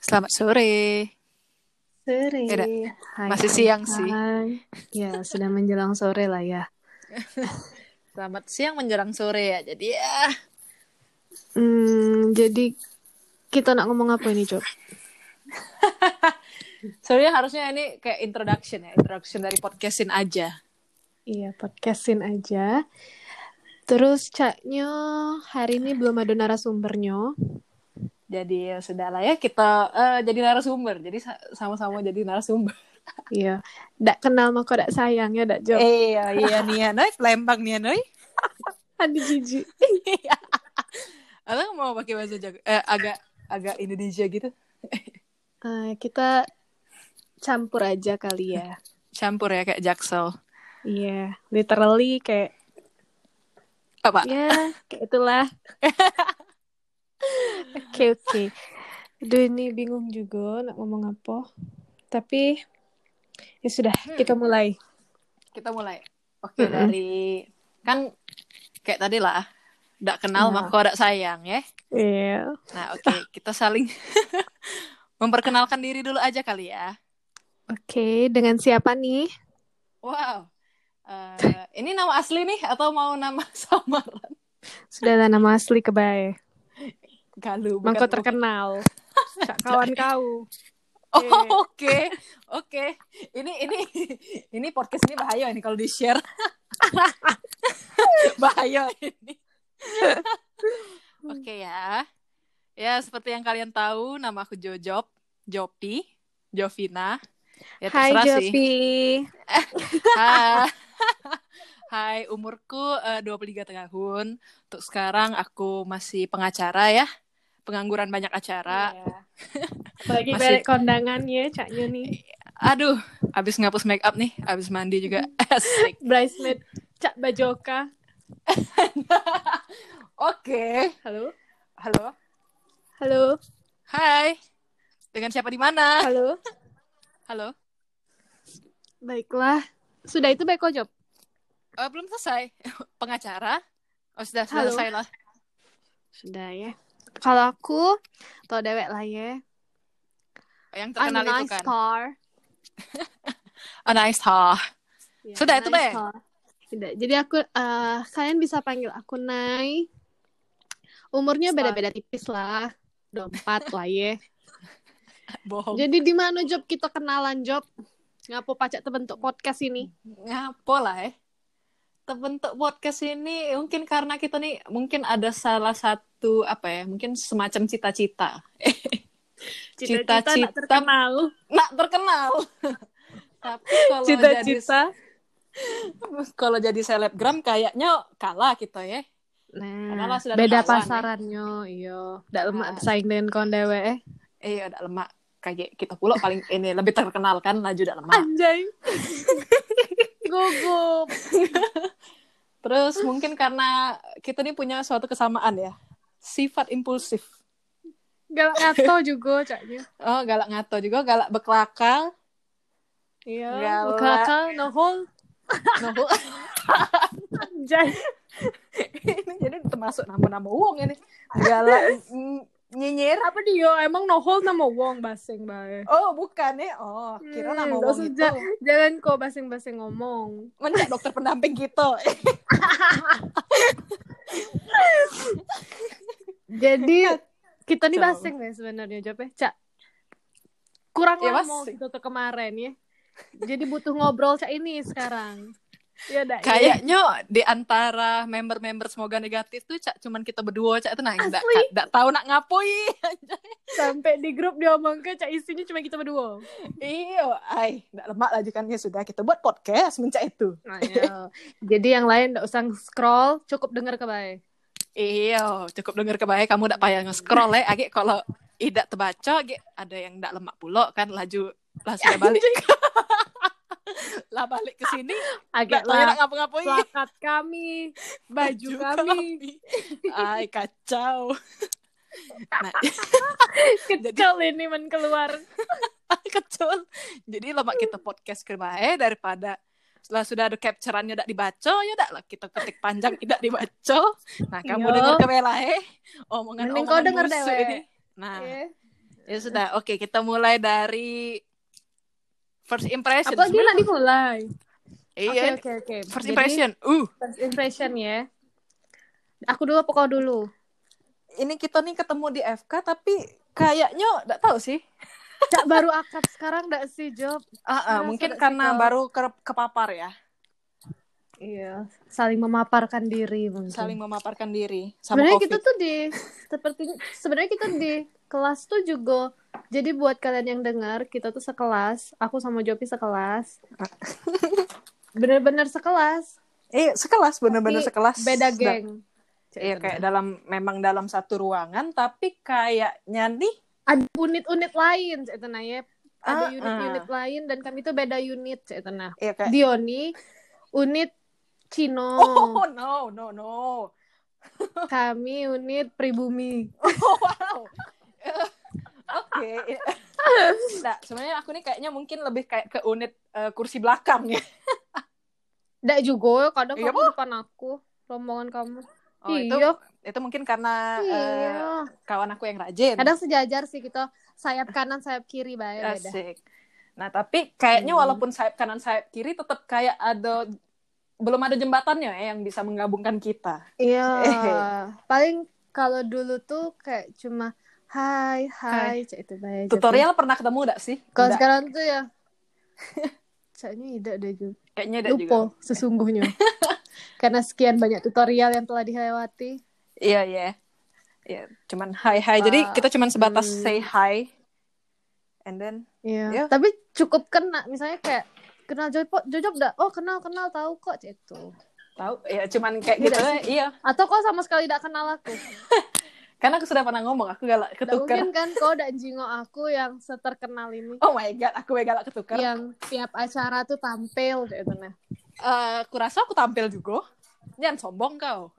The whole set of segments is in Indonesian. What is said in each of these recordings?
Selamat sore. Sore. Hai, Masih hai, siang hai. sih. Ya, sudah menjelang sore lah ya. Selamat siang menjelang sore ya. Jadi ya. Jadi kita nak ngomong apa ini, Job? Sebenarnya harusnya ini kayak introduction ya. Introduction dari podcastin aja. Iya, podcastin aja. Terus caknya hari ini belum ada narasumbernya. Jadi ya sudah lah ya kita jadi narasumber. Jadi sama-sama jadi narasumber. Iya, dak kenal mah kok dak sayang ya, dak Job. Iya nih ya, Noy. Lembang nih ya, Noy. Aduh jijik. Atau mau pakai bahasa Jawa? Agak Indonesia gitu. Kita campur aja kali ya. Campur ya kayak Jaksel. Iya, literally kayak Apa? ya, kayak itulah. Oke. Aduh, ini bingung juga nak ngomong apa. Tapi ya sudah, kita mulai. Kita mulai. Oke, dari kan kayak tadi lah. Nggak kenal maka nggak sayang ya. Iya. Nah, oke, kita saling memperkenalkan diri dulu aja kali ya. Oke, dengan siapa nih? Wow. Ini nama asli nih atau mau nama samaran? Sudahlah, nama asli kebae. Galuh, Mangko terkenal. Cak kawan kau. Oh, oke. Ini podcast ini bahaya nih kalau di-share. Bahaya ini. Oke ya. Ya, seperti yang kalian tahu, nama aku Jovina. Ya, Hai Jovi. Hai, umurku 23 tahun. Untuk sekarang aku masih pengacara ya. Pengangguran banyak acara. Yeah. Apalagi balik kondangan ya, caknya nih. Aduh, abis ngapus make up nih, abis mandi juga. Asik. Bridesmaid Cak Bajoka. Oke. Halo. Hai. Dengan siapa di mana? Halo. Baiklah. Sudah itu baik kok, Job? Belum selesai. Pengacara? Oh, sudah selesai lah. Sudah ya. Kalau aku, tau dewek lah ya. Yang terkenal itu kan. A nice star. Ya, sudah itu Bang. Tidak. Jadi aku, kalian bisa panggil aku Nay. Umurnya beda-beda tipis lah. 24 lah ya. Bohong. Jadi di mana Job kita kenalan Job? Ngapo pacak terbentuk podcast ini? Ngapo lah terbentuk podcast ini mungkin karena kita nih mungkin ada salah satu mungkin semacam cita-cita nak terkenal tapi kalau cita-cita kalau jadi selebgram kayaknya kalah kita ya. Nah, beda pasarannya iya ndak lemak saing dengan kon dewe iya ndak lemak kayak kita pula paling ini lebih terkenal kan laju ndak lemak anjay. Gugup. Terus mungkin karena kita nih punya suatu kesamaan ya. Sifat impulsif. Galak ngato juga caknya. Oh, galak ngato juga, galak bekelakal. Iya, bekelakal nohol. Anjay. Ini jadi termasuk nama-nama uang ini. Galak nyinyir. Apa dia? Emang nohol nama uang basing bae. Oh, bukan ya. Oh, kira nama uang itu. Jangan kok basing-basing ngomong. Mencak dokter pendamping kita. Jadi kita nih basing ya sebenarnya Jope. Cak. Kurang ya, lama gitu tuh kemarin ya. Jadi butuh ngobrol Cak ini sekarang. Ya, kayaknya di antara member-member semoga negatif tuh Cak cuman kita berdua Cak itu enggak tahu nak ngapoi. Sampai di grup diomong ke Cak isinya cuma kita berdua. Iya, enggak lemak lagi kan ya sudah kita buat podcast mencak itu. Nah, iya. Jadi yang lain enggak usah scroll, cukup denger ke bae. Iya, cukup denger ke bae, kamu enggak payah nge-scroll ya. Agi kalau tidak terbaca ada yang enggak lemak pula kan laju lah sudah balik. Lah balik ke sini agak lah ngapa-ngapain plakat kami baju kami. Kacau. Nah, kecil ini keluar kecil jadi lemak kita podcast ke bae daripada setelah sudah ada capture-annya tidak dibaca ya lah kita ketik panjang tidak dibaca. Nah kamu dengar ke bae omongan kau denger deh ini. Nah Ya sudah, oke, kita mulai dari first impression. Apa lagi nak dimulai? Iya. Oke. First Jadi, impression. First impression ya. Aku dulu apa kau dulu? Ini kita nih ketemu di FK tapi kayaknya enggak tahu sih. Cak baru akrab sekarang enggak sih, Job? Mungkin karena baru kepapar ya. Iya, saling memaparkan diri mungkin. Saling memaparkan diri sama sebenarnya COVID. kita tuh sebenarnya kita di kelas tuh juga. Jadi buat kalian yang dengar, kita tuh sekelas. Aku sama Jopi sekelas. Bener-bener sekelas. Sekelas, bener-bener sekelas. Beda geng. Iya, kayak memang dalam satu ruangan, tapi kayaknya nih ada unit-unit lain, ceritanya ya. Ada unit-unit lain dan kami tuh beda unit, ceritanya. Iya, kayak... Dioni unit Cino. Oh, no. Kami unit pribumi. Oh, wow. Oke. Nah, sebenarnya aku nih kayaknya mungkin lebih kayak ke unit kursi belakang ya. Nggak juga, kadang kamu depan aku, rombongan kamu. Oh, itu mungkin karena kawan aku yang rajin. Kadang sejajar sih kita, sayap kanan, sayap kiri, beda. Asik. Nah, tapi kayaknya walaupun sayap kanan, sayap kiri tetap kayak belum ada jembatannya ya yang bisa menggabungkan kita. Iya. Paling kalau dulu tuh kayak cuma hai, itu baik. Tutorial pernah ketemu enggak sih? Kalau sekarang tuh ya kayaknya tidak deh juga. Kayaknya tidak juga. Lupa sesungguhnya. Karena sekian banyak tutorial yang telah dilewati. Iya. Ya, cuman hai. Jadi kita cuman sebatas say hi. And then Tapi cukup kena, misalnya kayak kenal Jojob enggak? Oh, kenal tahu kok itu. Tahu? Ya cuman kayak gitu iya. Atau kok sama sekali enggak kenal aku? Karena aku sudah pernah ngomong, aku galak ketukar. Mungkin kan kau dan jingo aku yang seterkenal ini. Oh my god, aku galak ketukar. Yang tiap acara tuh tampil gitu nah. Aku rasa aku tampil juga. Jangan sombong kau.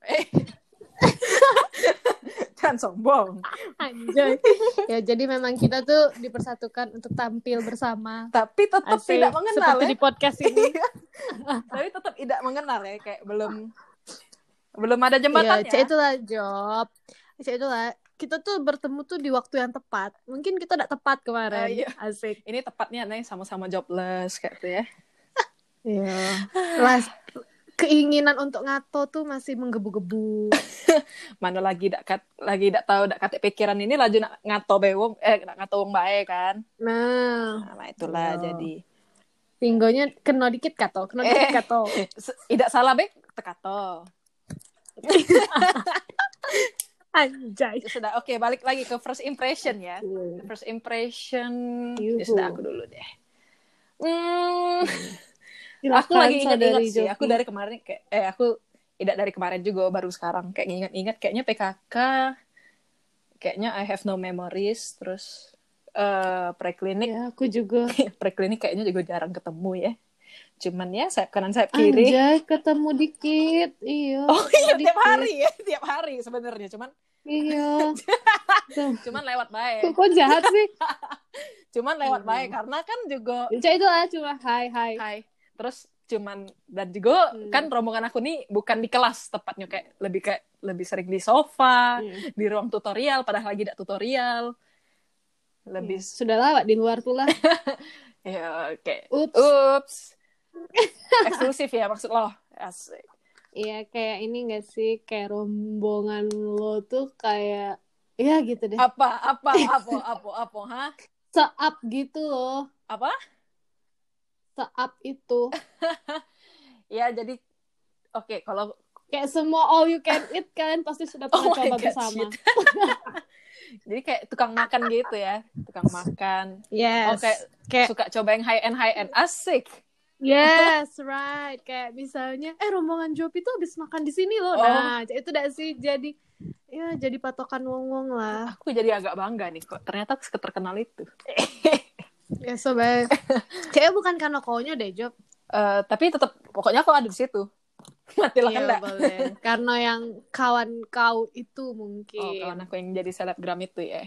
Jangan sombong. Anjay. Ya jadi memang kita tuh dipersatukan untuk tampil bersama. Tapi tetap tidak mengenal seperti di podcast ini. Tapi tetap tidak mengenal ya, kayak belum ada jembatannya. Ya, itulah Job. Itulah kita tuh bertemu tuh di waktu yang tepat. Mungkin kita tidak tepat kemarin. Iya. Asik. Ini tepatnya nih sama-sama jobless kayak gitu ya. Iya. Keinginan untuk ngato tuh masih menggebu-gebu. Mana lagi dak tahu dak kate pikiran ini laju nak ngato bewong nak ngato wong bae kan. Nah itulah jadi. Tinggonya kena dikit kato. Tidak salah bek tekato. Anjay. Sudah, oke, balik lagi ke first impression ya. First impression. Ya sudah, aku dulu deh. Aku lagi ingat-ingat sih. Aku dari kemarin aku tidak dari kemarin juga, baru sekarang kayak ingat-ingat kayaknya PKK, kayaknya I have no memories, terus preklinik. Ya, aku juga. Preklinik kayaknya juga jarang ketemu ya. Cuman ya sayap kanan sayap kiri. Anjay, ketemu dikit. Iya. Oh iya, tiap hari sebenarnya, cuman iya. Cuman lewat baik. Kok jahat sih? Cuman lewat baik karena kan juga itu lah cuma hai. Terus cuman dan juga kan rombongan aku nih bukan di kelas tepatnya, kayak lebih sering di sofa, di ruang tutorial padahal lagi tidak tutorial. Lebih sudah lewat di luar pula. Ya kayak ups. Eksklusif ya maksud lo. Asik. Iya kayak ini gak sih, kayak rombongan lo tuh kayak ya gitu deh. Apa ha? Se-up gitu loh. Apa? Se-up itu. Ya jadi oke, kalau kayak semua all you can eat kalian pasti sudah pernah coba bersama. Jadi kayak tukang makan gitu ya, tukang makan. Yes. Kayak suka coba yang high end asik. Yes, right. Kayak misalnya, rombongan Jopi tuh habis makan di sini loh. Nah, itu udah sih jadi patokan wong-wong lah. Aku jadi agak bangga nih kok. Ternyata terkenal itu. Ya, sobat. Kayaknya bukan karena kaunya deh, Job. Tapi tetap pokoknya aku ada di situ. Matilah iya, kena. Boleh. Karena yang kawan kau itu mungkin. Oh, kawan aku yang jadi selebgram itu ya.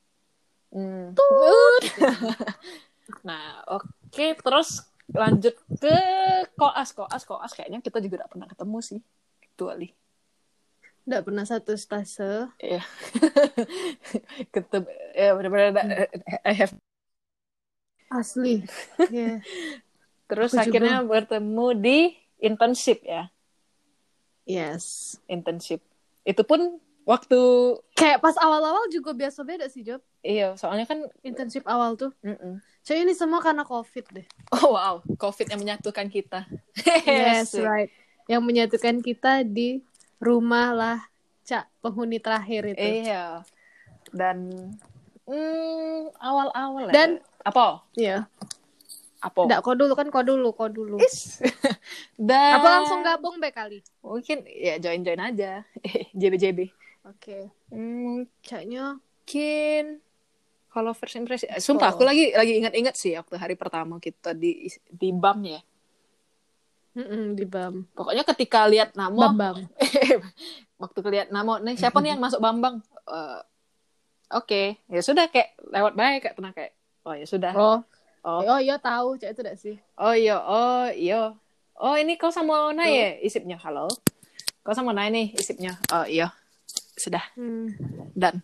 Nah, oke, terus lanjut ke koas kayaknya kita juga udah pernah ketemu sih kecuali Nggak pernah satu stase. Iya. Ketemu ya benar-benar I have. Asli. Ya, Terus aku akhirnya juga. bertemu di internship ya. Yes. Internship. Itu pun waktu Kayak pas awal-awal juga biasa beda sih, Job. iya, soalnya kan Internship awal tuh. mm-mm. Soalnya ini semua karena COVID deh. Oh wow, COVID yang menyatukan kita. Yes, Asik. right. Yang menyatukan kita di rumah lah, Cak, penghuni terakhir itu. Iya. Dan awal-awal ya. Dan Apa? iya. Apa? Nggak, kau dulu. Is. Dan Apa langsung gabung be kali? mungkin ya join aja. JB. Oke. Mungkin Caknya kalau first impression, sumpah aku lagi ingat-ingat sih waktu hari pertama kita di BAM ya. di BAM. Pokoknya ketika lihat Namo, Bam. waktu lihat Namo, nih siapa nih yang masuk Bambang? Oke, ya sudah kayak lewat baik kayak tenang kayak, oh ya sudah. Oh iya tahu, Cak itu dah sih. Oh iya. Oh ini kau sama Ona ya isipnya, halo. Kau sama Ona nih isipnya, oh iya. Sudah. Dan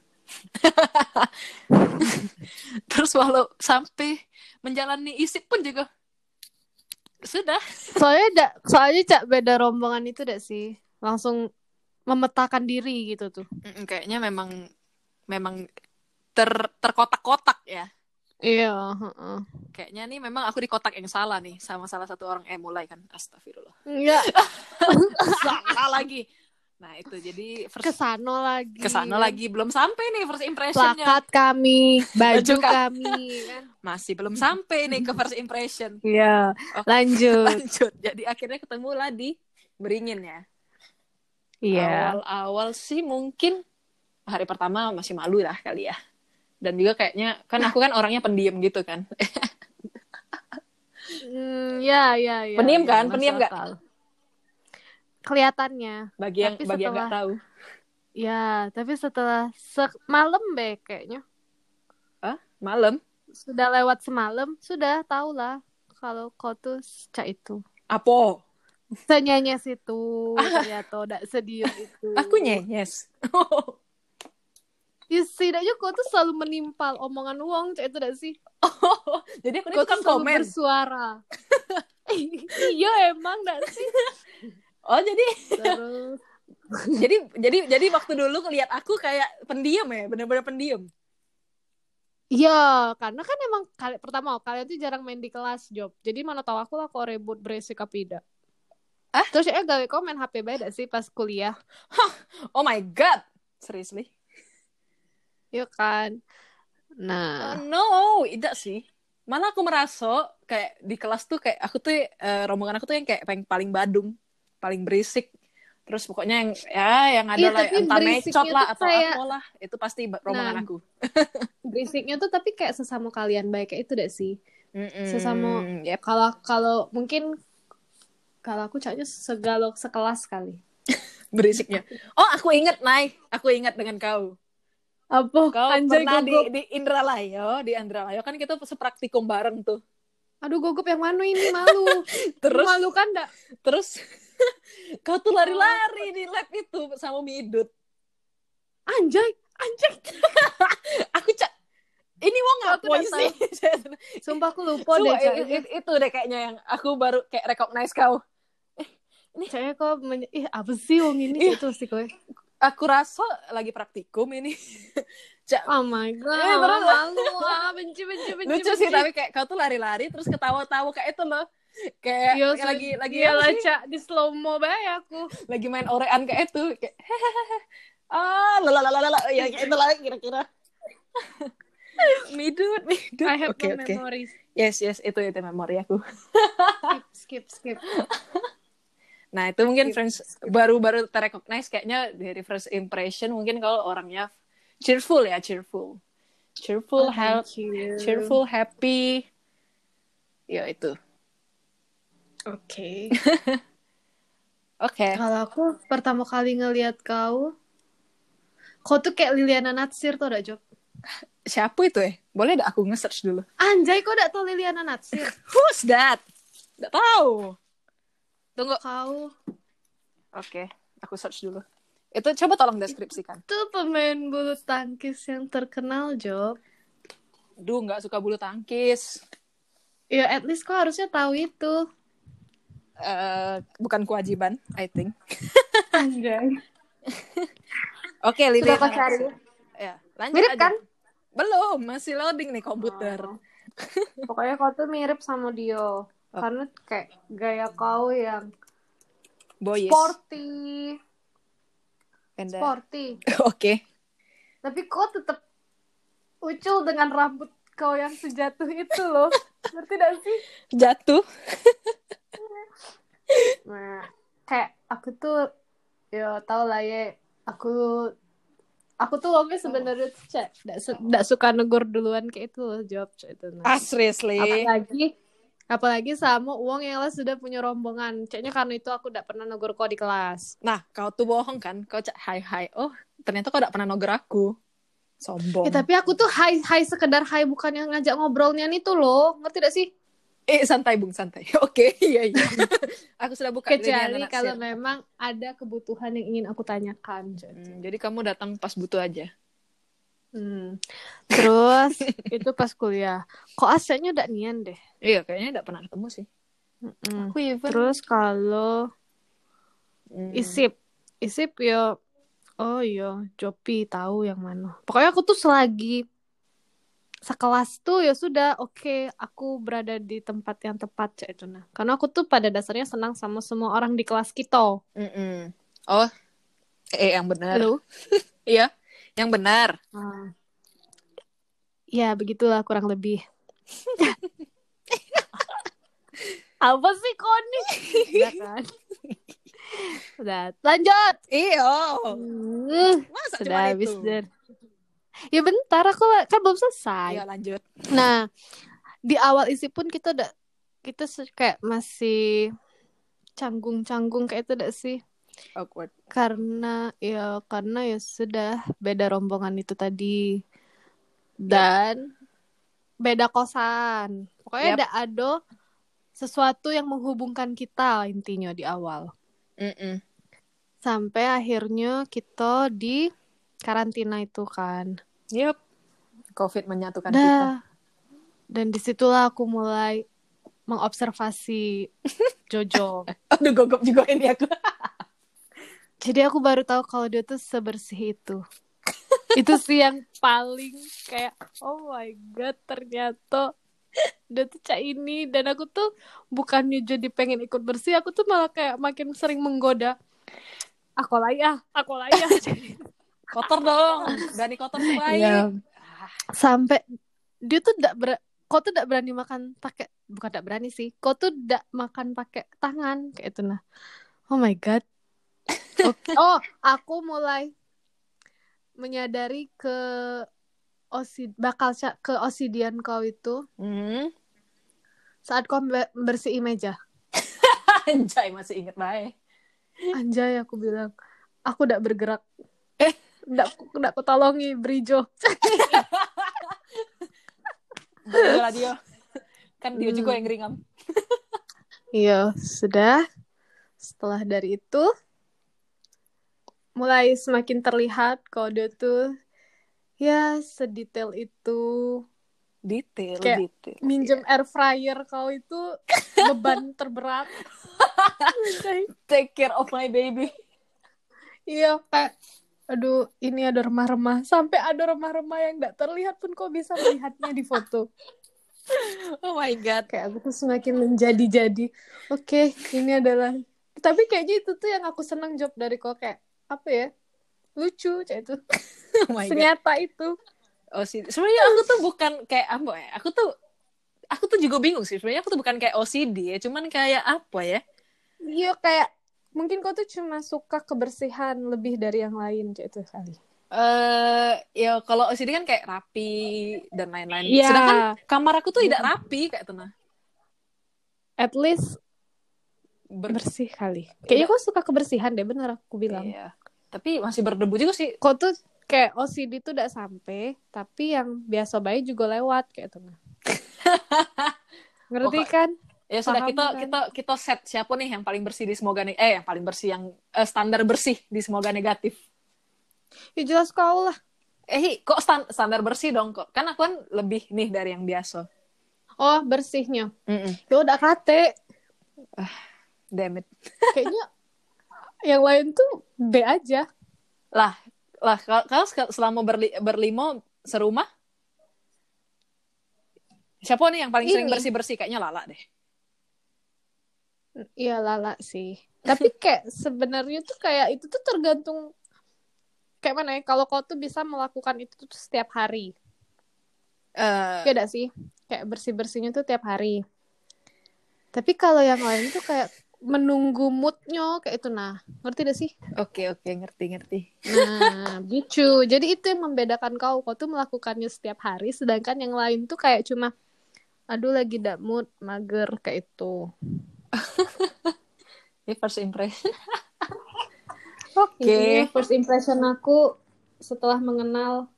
terus walau sampai menjalani isip pun juga sudah. Soalnya Cak beda rombongan itu dah sih. Langsung memetakan diri gitu tuh. Kayaknya memang terkotak-kotak ya. Iya, Kayaknya nih memang aku di kotak yang salah nih sama salah satu orang mulai kan. Astagfirullah. Enggak. Salah lagi. Nah, itu jadi Kesana lagi. belum sampai nih first impression-nya. Plakat kami, baju Juga. kami kan. Masih belum sampai nih ke first impression. Iya, Oke, lanjut. Jadi akhirnya ketemu lah di Beringin ya. Iya. Awal-awal sih mungkin hari pertama masih malu lah kali ya. Dan juga kayaknya kan aku kan orangnya pendiam gitu kan. Ya. Pendiam kan? Masuk Pendiam nggak? akal. Kelihatannya. Bagi yang nggak tahu. Ya, tapi setelah malam be kayaknya. Malam? Sudah lewat semalam, sudah tahu lah kalau kau tuh Cak itu. Apa? Senyanyes itu, ternyata udah sedih itu. Aku nyenyes. Ya setidaknya kau tuh selalu menimpal omongan uang, Cak itu dah sih. Jadi aku Kau kan tuh selalu komen. bersuara. Iya emang dah sih. Oh jadi Terus jadi waktu dulu ngeliat aku kayak pendiam ya, benar-benar pendiam. iya, karena kan emang pertama kalian tuh jarang main di kelas, Job. Jadi mana tahu aku lah kok ribut berisik apa tidak. Terus gawe komen HP beda sih pas kuliah. Oh my god. Seriously? Iya kan. Nah, No, tidak sih. Malah aku merasa kayak di kelas tuh kayak aku tuh rombongan aku tuh yang kayak paling badung, paling berisik. Terus pokoknya yang ada lah entah mecot lah atau kayak... apa lah, itu pasti rombongan aku. Berisiknya tuh tapi kayak sesama kalian baik kayak itu deh sih. Sesama yep. Kalau mungkin kalau aku Caknya sekelas kali. Berisiknya. Oh, aku inget dengan kau. Apa? Kau Anjay, pernah gugup. di Indralayo kan kita sepraktikum bareng tuh. Aduh, gugup yang mana ini, malu. Terus malu kan enggak? Terus kau tuh lari-lari di lab itu sama Midut. Anjay. Aku ini mau ngapain sih? Sumpah aku lupa deh. Itu deh kayaknya yang aku baru kayak recognize kau. Ini kayaknya kau apa sih wong ini itu sih kowe. Aku rasa lagi praktikum ini. Oh my god. Malu benci. Lucu sih tapi kayak kau tuh lari-lari terus ketawa-tawa kayak itu loh. Kayak lagi ya Cak di slow mo bae aku. Lagi main orean kayak itu kayak ya kayak itu lah kira-kira. Midut. I have no memories. Yes, itu memori aku. Skip. Nah, itu mungkin baru terrecognize kayaknya dari first impression mungkin kalau orangnya cheerful, cheerful, happy. Ya itu. Oke. Oke. Kalau aku pertama kali ngelihat kau tuh kayak Liliana Natsir tuh ada Job. Siapa itu ya? Boleh dah aku nge-search dulu. Anjay, kau udah tahu Liliana Natsir? Who's that? Nggak tahu. Tunggu. Kau. Oke, aku search dulu. Itu coba tolong deskripsikan. Itu pemain bulu tangkis yang terkenal, Job. Duh, nggak suka bulu tangkis. Ya, at least kau harusnya tahu itu. Bukan kewajiban, I think. Anjay. Oke, Liliana. Sudah kau cari? Ya, lanjut Mirip aja. kan? Belum, masih loading nih komputer. Oh. Pokoknya kau tuh mirip sama dia. Karena kayak gaya kau yang Boyish. sporty. And, Sporty. Oke. Tapi kau tetap ucul dengan rambut kau yang sejatuh itu loh. Ngerti gak sih? Jatuh. Nah, kayak aku tuh ya tau lah ya. Aku tuh orangnya sebenarnya tidak suka negur duluan kayak itu loh, jawab itu. Nah. Seriously. Apalagi sama uang yang lah sudah punya rombongan. Ceknya karena itu aku tidak pernah negur kau di kelas. Nah, kau tuh bohong kan? Kau cak hai. Oh, ternyata kau tidak pernah negur aku. Sombong. Ya, tapi aku tuh hai sekedar hai, bukan yang ngajak ngobrolnya itu loh. Ngerti gak sih? Santai Bung, santai. Oke, iya. Aku sudah buka. Kecuali kalau memang ada kebutuhan yang ingin aku tanyakan. Jadi kamu datang pas butuh aja. Terus itu pas kuliah. Kok asetnya udah nian deh. Iya, kayaknya udah pernah ketemu sih. Aku even. Terus kalau isip ya, oh iya, Jopi tahu yang mana. Pokoknya aku tuh selagi sekelas tuh ya sudah, oke, aku berada di tempat yang tepat itu nah. Karena aku tuh pada dasarnya senang sama semua orang di kelas kita. Oh, yang benar. Halo? Iya, yang benar. Ya, begitulah kurang lebih. Apa sih Koni? Udah kan? Udah, lanjut. Iya. Masa sudah habis itu? dan. Ya bentar, aku kan belum selesai. Iya, lanjut. Nah, di awal isi pun kita kayak masih canggung-canggung kayak itu udah sih. Awkward. Karena ya sudah beda rombongan itu tadi. Dan beda kosan. Pokoknya ada sesuatu yang menghubungkan kita intinya di awal. Sampai akhirnya kita di karantina itu kan. Yep. COVID menyatukan kita. Dan disitulah aku mulai mengobservasi Jojo. Aduh, gogok juga ini aku. Jadi aku baru tahu kalau dia tuh sebersih itu. Itu sih yang paling kayak, oh my god, ternyata dia tuh cak ini. Dan aku tuh bukannya jadi pengen ikut bersih, aku tuh malah kayak makin sering menggoda. Aku lah ya. Kotor dong, berani kotor tuh baik. Ya. Sampai dia tuh kau tuh tidak berani makan pakai, bukan tidak berani sih, kau tuh tidak makan pakai tangan kayak itu nah. Oh my god. Okay. Oh, aku mulai menyadari ke osidian kau itu saat kau bersihin meja. Anjay, masih inget baik. Anjay, aku bilang, aku tidak bergerak. Tidak kutolongi Brijo. Bener dia. Kan dia juga yang ringam. Iya, sudah. Setelah dari itu mulai semakin terlihat kalau dia tuh ya sedetail itu. Detail. Minjem air fryer kau itu beban terberat. Take care of my baby. Iya, kayak aduh, ini ada remah-remah. Sampai ada remah-remah yang gak terlihat pun kau bisa melihatnya di foto. Oh my god. Kayak aku tuh semakin menjadi-jadi. Oke, ini adalah. Tapi kayaknya itu tuh yang aku senang job dari kau, kayak apa ya? Lucu kayak itu. Oh my senyata god. Itu. OCD. Sebenarnya aku tuh bukan kayak apa ya? Aku tuh juga bingung sih. Sebenarnya aku tuh bukan kayak OCD ya, cuman kayak apa ya? Iya, kayak mungkin kau tuh cuma suka kebersihan lebih dari yang lain kayak itu kali. Ya kalau OCD kan kayak rapi dan lain-lain. Yeah. Sedangkan kamar aku tuh tidak rapi kayak itu nah. At least bersih kali. Kayaknya kau suka kebersihan deh, bener aku bilang. Iya. Tapi masih berdebu juga sih. Kau tuh kayak OCD tuh udah sampai, tapi yang biasa baik juga lewat kayak itu nah. Ngerti kan? Ya sudah, kita set siapa nih yang paling bersih di Semoga yang paling bersih, yang standar bersih di Semoga Negatif. Ya jelas kau lah. Kok standar bersih dong kok? Kan aku kan lebih nih dari yang biasa. Oh, bersihnya. Mm-mm. Ya udah kate. Damn it. Kayaknya yang lain tuh B aja. Lah, kalau selama berlima serumah, siapa nih yang paling sering Ini. bersih-bersih? Kayaknya Lala deh. Iya Lala sih. Tapi kayak sebenarnya tuh kayak itu tuh tergantung kayak mana ya. Kalau kau tuh bisa melakukan itu tuh setiap hari. Beda sih. Kayak bersih-bersihnya tuh tiap hari. Tapi kalau yang lain tuh kayak menunggu moodnya kayak itu. Nah, ngerti gak sih? Oke, ngerti. Nah, gitu. Jadi itu yang membedakan kau. Kau tuh melakukannya setiap hari. Sedangkan yang lain tuh kayak cuma aduh lagi gak mood, mager kayak itu. Ini first impression. Intinya Oke. first impression aku setelah mengenal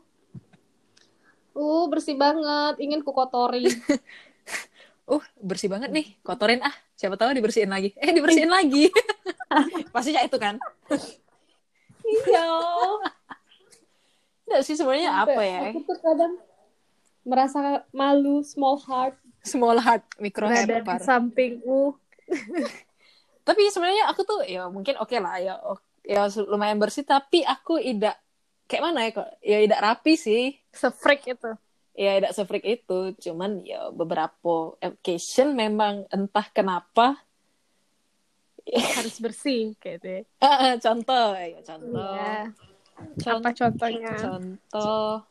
bersih banget, ingin ku kotori. Bersih banget nih. Kotorin siapa tahu dibersihin lagi. Dibersihin lagi. Pastinya itu kan. Iya. Enggak sih sebenarnya apa ya? Aku tuh kadang merasa malu, small heart. Small heart, micro Berada di hamper. samping Tapi sebenarnya aku tuh ya mungkin oke lah ya. Ya lumayan bersih tapi aku tidak kayak mana ya kok? Ya tidak rapi sih. se-freak itu. Ya tidak se-freak itu. Cuman ya beberapa occasion memang entah kenapa Harus bersih kayak deh. contoh. Iya. Apa contohnya? Contoh.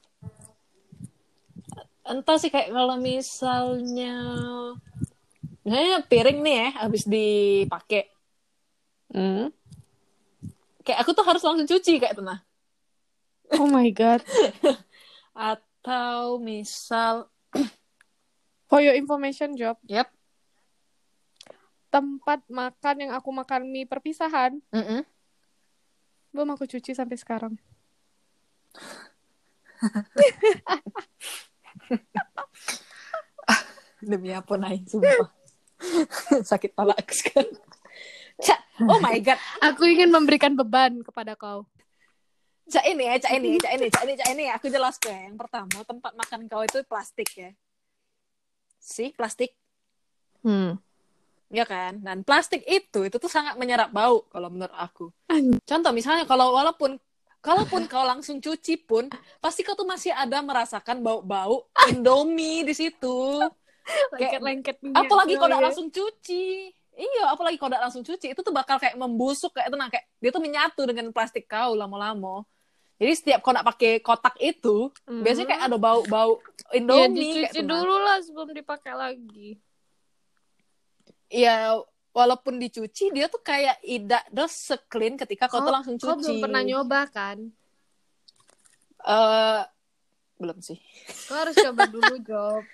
Entah sih kayak kalau misalnya piring nih ya habis dipakai. Kayak aku tuh harus langsung cuci kayak itu nah. Oh my god. Atau misal For your information, Job. Yap. Tempat makan yang aku makan mie perpisahan. Mm-mm. Belum aku cuci sampai sekarang. Demi apa naik sumpah. Sakit pala sekarang. Oh my god. Aku ingin memberikan beban kepada kau. Cak ini. Aku jelaskan ya. Yang pertama, tempat makan kau itu plastik ya. Plastik. Ya kan? Dan plastik itu tuh sangat menyerap bau kalau menurut aku. Contoh misalnya kalaupun kau langsung cuci pun, pasti kau tuh masih ada merasakan bau-bau Indomie di situ. Lengket-lengket minyak. Apalagi kau udah langsung cuci. Iya, apalagi kau udah langsung cuci, itu tuh bakal kayak membusuk kayak tenang kayak dia tuh menyatu dengan plastik kau lama-lama. Jadi setiap kau nak pakai kotak itu, biasanya kayak ada bau-bau Indomie. Ya dicuci dulu lah sebelum dipakai lagi. Iya, walaupun dicuci dia tuh kayak tidak se-clean ketika kau tuh langsung cuci. Kau belum pernah nyoba kan? Belum sih. Kau harus coba dulu, Job.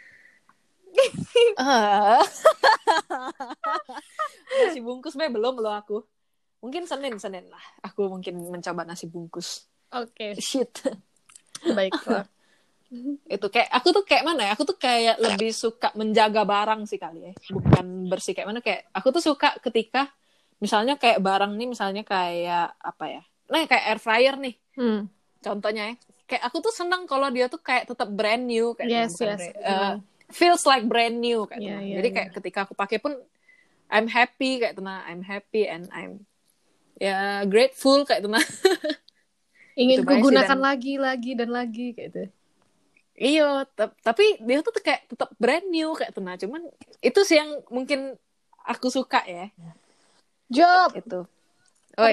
Nasi bungkus belum loh aku. Mungkin Senin lah. Aku mungkin mencoba nasi bungkus. Oke. Shit. Baiklah. Itu kayak aku tuh kayak mana ya? Aku tuh kayak lebih suka menjaga barang sih kali ya. Bukan bersih kayak mana kayak aku tuh suka ketika misalnya kayak barang nih misalnya kayak apa ya? Nah, kayak air fryer nih. Contohnya ya. Kayak aku tuh senang kalau dia tuh kayak tetap brand new kayak Yes. feels like brand new kayak jadi kayak ketika aku pakai pun I'm happy kayak I'm happy and I'm grateful kayak ingin kugunakan lagi dan lagi kayak itu. Iya, tapi dia tuh kayak tetap brand new kayak cuman itu sih yang mungkin aku suka ya. Job Itu